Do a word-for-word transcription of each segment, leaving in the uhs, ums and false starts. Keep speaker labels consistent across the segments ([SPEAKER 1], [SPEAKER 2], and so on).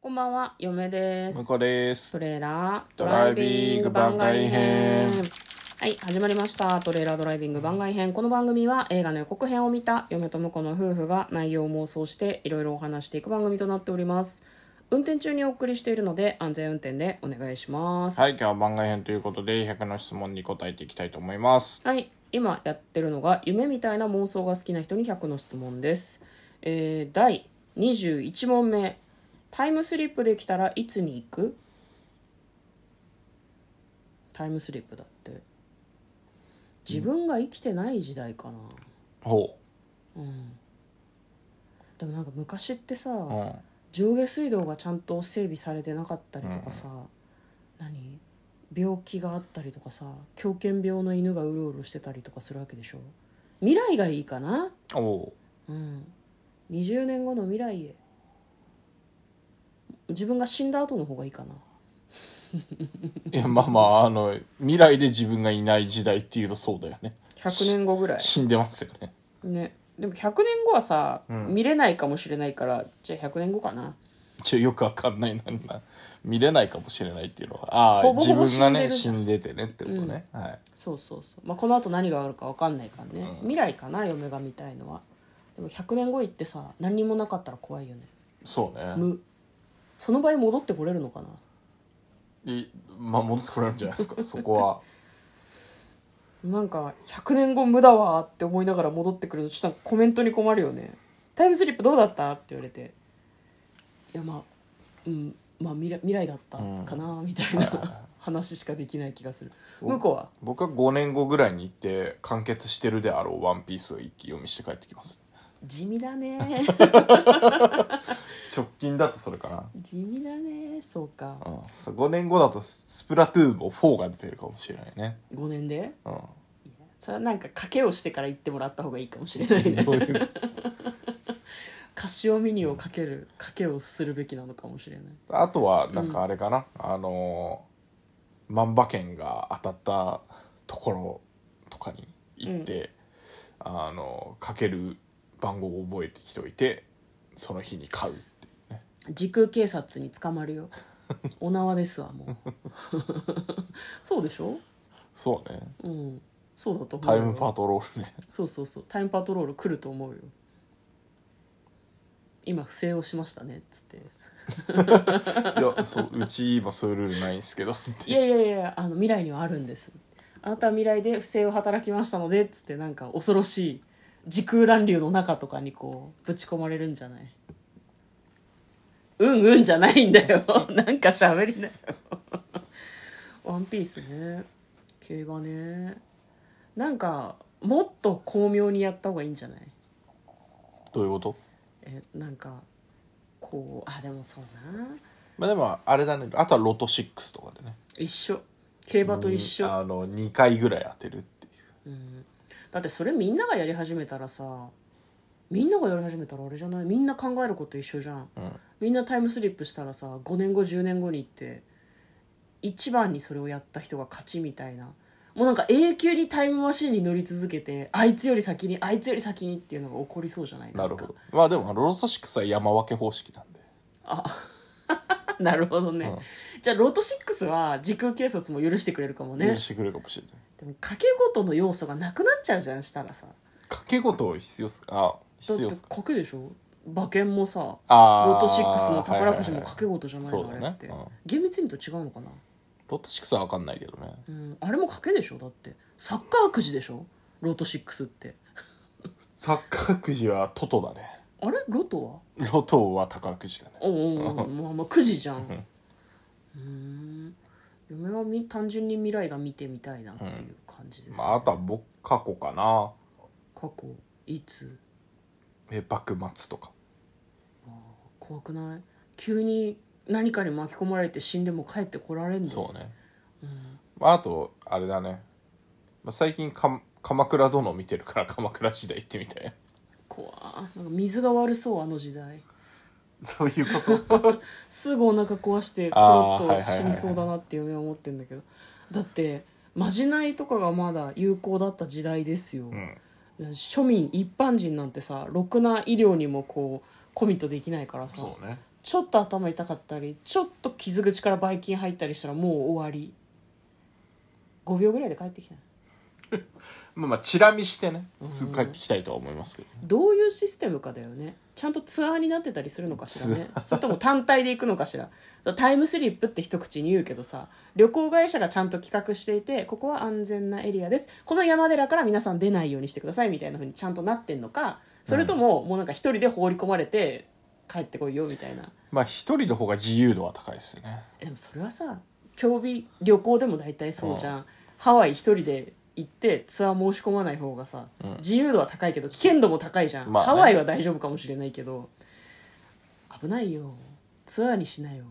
[SPEAKER 1] こんばんは、嫁です。
[SPEAKER 2] 向こうです。
[SPEAKER 1] トレーラード
[SPEAKER 2] ドライビング番外編。
[SPEAKER 1] はい、始まりました。トレーラードライビング番外編。この番組は映画の予告編を見た嫁と婿の夫婦が内容を妄想していろいろお話していく番組となっております。運転中にお送りしているので安全運転でお願いします。
[SPEAKER 2] はい、今日は番外編ということでひゃくの質問に答えていきたいと思います。
[SPEAKER 1] はい、今やってるのが夢みたいな妄想が好きな人にひゃくの質問です。えー、だいにじゅういち問目。タイムスリップできたらいつに行く？タイムスリップだって自分が生きてない時代かな。
[SPEAKER 2] ほ
[SPEAKER 1] うんでもなんか昔ってさ、
[SPEAKER 2] う。うん。
[SPEAKER 1] 上下水道がちゃんと整備されてなかったりとかさ、何病気があったりとかさ、狂犬病の犬がうろうろしてたりとかするわけでしょ。未来がいいかな。
[SPEAKER 2] おう。
[SPEAKER 1] うんにじゅうねんごの未来へ。自分が死んだ後の方がいいかな。
[SPEAKER 2] いや、まあまあ、あの、未来で自分がいない時代っていうとそうだよね。
[SPEAKER 1] ひゃくねんごぐらい
[SPEAKER 2] 死んでますよね。
[SPEAKER 1] ね。でもひゃくねんごはさ、
[SPEAKER 2] うん
[SPEAKER 1] 見れないかもしれないから、じゃあひゃくねんごかな。
[SPEAKER 2] ちょ、よくわかんないな。見れないかもしれないっていうのは。ああ、
[SPEAKER 1] ほぼほぼ
[SPEAKER 2] 自分がね、死
[SPEAKER 1] 死ん
[SPEAKER 2] んでてねってことね。はい。
[SPEAKER 1] そうそうそう、まあ、この後何があるか分かんないからね、未来かな嫁が見たいのは。でもひゃくねんご行ってさ、何にもなかったら怖いよね。
[SPEAKER 2] そうね。
[SPEAKER 1] 無その場合戻ってこれるのかな。
[SPEAKER 2] いまあ、戻ってこれるんじゃないですか、そこは。
[SPEAKER 1] なんかひゃくねんご無だわって思いながら戻ってくるとちょっとなんかコメントに困るよね。タイムスリップどうだったって言われて、いやまあうんまあ未来、未来だったかな、みたいな話しかできない気がする。向こうは
[SPEAKER 2] 僕はごねんごぐらいに行って完結してるであろうワンピースを一気読みして帰ってきます。
[SPEAKER 1] 地味だね
[SPEAKER 2] 直近だとそれかな。
[SPEAKER 1] 地味だね。そうか、
[SPEAKER 2] うん、ごねんごだとスプラトゥーンもフォーが出てるかもしれないね。
[SPEAKER 1] ごねんで
[SPEAKER 2] うん。
[SPEAKER 1] それはなんか賭けをしてから行ってもらった方がいいかもしれないね
[SPEAKER 2] どういう
[SPEAKER 1] カシオミニをかける賭けをするべきなのかもしれない。
[SPEAKER 2] あとはなんかあれかな、うん、あのー、万馬券が当たったところとかに行って、うん、あのー、かける番号を覚えてきておいてその日に買うっていうね。
[SPEAKER 1] 時空警察に捕まるよお縄ですわもうそうでしょ。
[SPEAKER 2] そうね。
[SPEAKER 1] うんそうだと思う。
[SPEAKER 2] タイムパトロールね。
[SPEAKER 1] そうそうそう、タイムパトロール来ると思うよ。今不正をしましたねっつって
[SPEAKER 2] いや、そう、うち今そういうルールないんですけど
[SPEAKER 1] いやいやいや、あの未来にはあるんです。あなたは未来で不正を働きましたのでっつって、なんか恐ろしい時空乱流の中とかにこうぶち込まれるんじゃない。うんうんじゃないんだよなんか喋りなよワンピースね、競馬ね。なんかもっと巧妙にやった方がいいんじゃない。
[SPEAKER 2] どういうこと？
[SPEAKER 1] えなんかこう、あでもそうな、
[SPEAKER 2] まあでもあれだね、あとはロトろくとかでね、
[SPEAKER 1] 一緒、競馬と一緒。
[SPEAKER 2] あのにかいぐらい当てるっていう、
[SPEAKER 1] うん、だってそれみんながやり始めたらさ、みんながやり始めたらあれじゃない、みんな考えること一緒じゃん、
[SPEAKER 2] うん、
[SPEAKER 1] みんなタイムスリップしたらさ、ごねんごじゅうねんごに行って一番にそれをやった人が勝ちみたいな、もうなんか永久にタイムマシンに乗り続けて、あいつより先にあいつより先にっていうのが起こりそうじゃない。
[SPEAKER 2] なるほど。まあでもロトろくは山分け方式なんで。
[SPEAKER 1] あなるほどね、うん、じゃあロトろくは時空警察も許してくれるかもね。
[SPEAKER 2] 許してくれるかもしれない。
[SPEAKER 1] でも賭け事の要素がなくなっちゃうじゃんしたらさ。
[SPEAKER 2] 賭け事必要っすか？あ、必要っすか？
[SPEAKER 1] 賭けでしょ。馬券もさ、
[SPEAKER 2] あ
[SPEAKER 1] ロトろくも宝くじも賭け事じゃないの、
[SPEAKER 2] はいはいはい、
[SPEAKER 1] あれって、
[SPEAKER 2] ね、うん、
[SPEAKER 1] 厳密に言うと違うのかな。
[SPEAKER 2] ロトろくは分かんないけどね、
[SPEAKER 1] うん、あれも賭けでしょ。だってサッカーくじでしょロトろくって
[SPEAKER 2] サッカーくじはトトだね。
[SPEAKER 1] あれロト
[SPEAKER 2] はロトは宝くじだね。
[SPEAKER 1] おうおうまあまあくじじゃんうーん、嫁はみ単純に未来が見てみたいなっていう感じですね、
[SPEAKER 2] うん、まあ、あとは僕過去かな。
[SPEAKER 1] 過去いつ？
[SPEAKER 2] え幕末とか。
[SPEAKER 1] あ怖くない？急に何かに巻き込まれて死んでも帰ってこられんの。
[SPEAKER 2] そうね、
[SPEAKER 1] うん、
[SPEAKER 2] まあ、あとあれだね、まあ、最近か鎌倉殿見てるから鎌倉時代行ってみたい。
[SPEAKER 1] 怖なんか水が悪そうあの時代。
[SPEAKER 2] そういうこと
[SPEAKER 1] すぐお腹壊してコロッと死にそうだなって嫁は思ってるんだけど、だってまじないとかがまだ有効だった時代ですよ、うん、庶民一般人なんてさろくな医療にもこうコミットできないからさ、
[SPEAKER 2] そうね、
[SPEAKER 1] ちょっと頭痛かったりちょっと傷口からばい菌入ったりしたらもう終わり。ごびょうぐらいで帰ってきた。
[SPEAKER 2] まあまあチラ見してねすぐ帰ってきたいとは思いますけど、ね、
[SPEAKER 1] どういうシステムかだよね。ちゃんとツアーになってたりするのかしらね。それとも単体で行くのかしら。タイムスリップって一口に言うけどさ、旅行会社がちゃんと企画していて、ここは安全なエリアです、この山寺から皆さん出ないようにしてくださいみたいな風にちゃんとなってんのか、それとももうなんか一人で放り込まれて帰ってこいよみたいな。
[SPEAKER 2] まあ一人の方が自由度は高いですよね。
[SPEAKER 1] でもそれはさ、競技旅行でも大体そうじゃん、うん、ハワイ一人で行ってツアー申し込まない方がさ、うん、自由度は高いけど危険度も高いじゃん、まあね、ハワイは大丈夫かもしれないけど危ないよ、ツアーにしなよ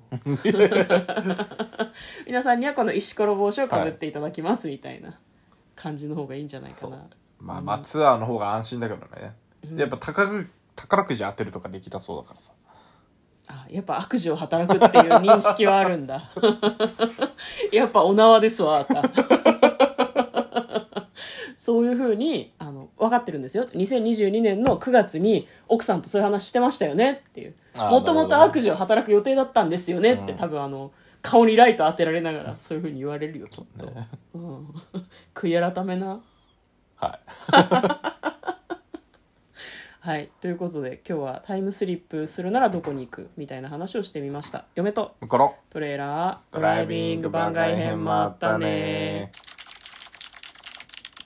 [SPEAKER 1] 皆さんにはこの石ころ帽子をかぶっていただきます、はい、みたいな感じの方がいいんじゃないかな。
[SPEAKER 2] まあまあツアーの方が安心だけどね、うん、やっぱ宝宝くじ当てるとかできたそうだからさ。
[SPEAKER 1] あ、やっぱ悪事を働くっていう認識はあるんだやっぱお縄ですわあたそういう風にあの分かってるんですよ。にせんにじゅうにねんのくがつに奥さんとそういう話してましたよねっていう、もともと悪事を働く予定だったんですよねって、うん、多分あの顔にライト当てられながらそういう風に言われるよきっと、ね、うん、悔い改めな。
[SPEAKER 2] はい
[SPEAKER 1] はい、ということで今日はタイムスリップするならどこに行くみたいな話をしてみました。嫁と
[SPEAKER 2] この
[SPEAKER 1] トレーラードライビング番外編もあったね。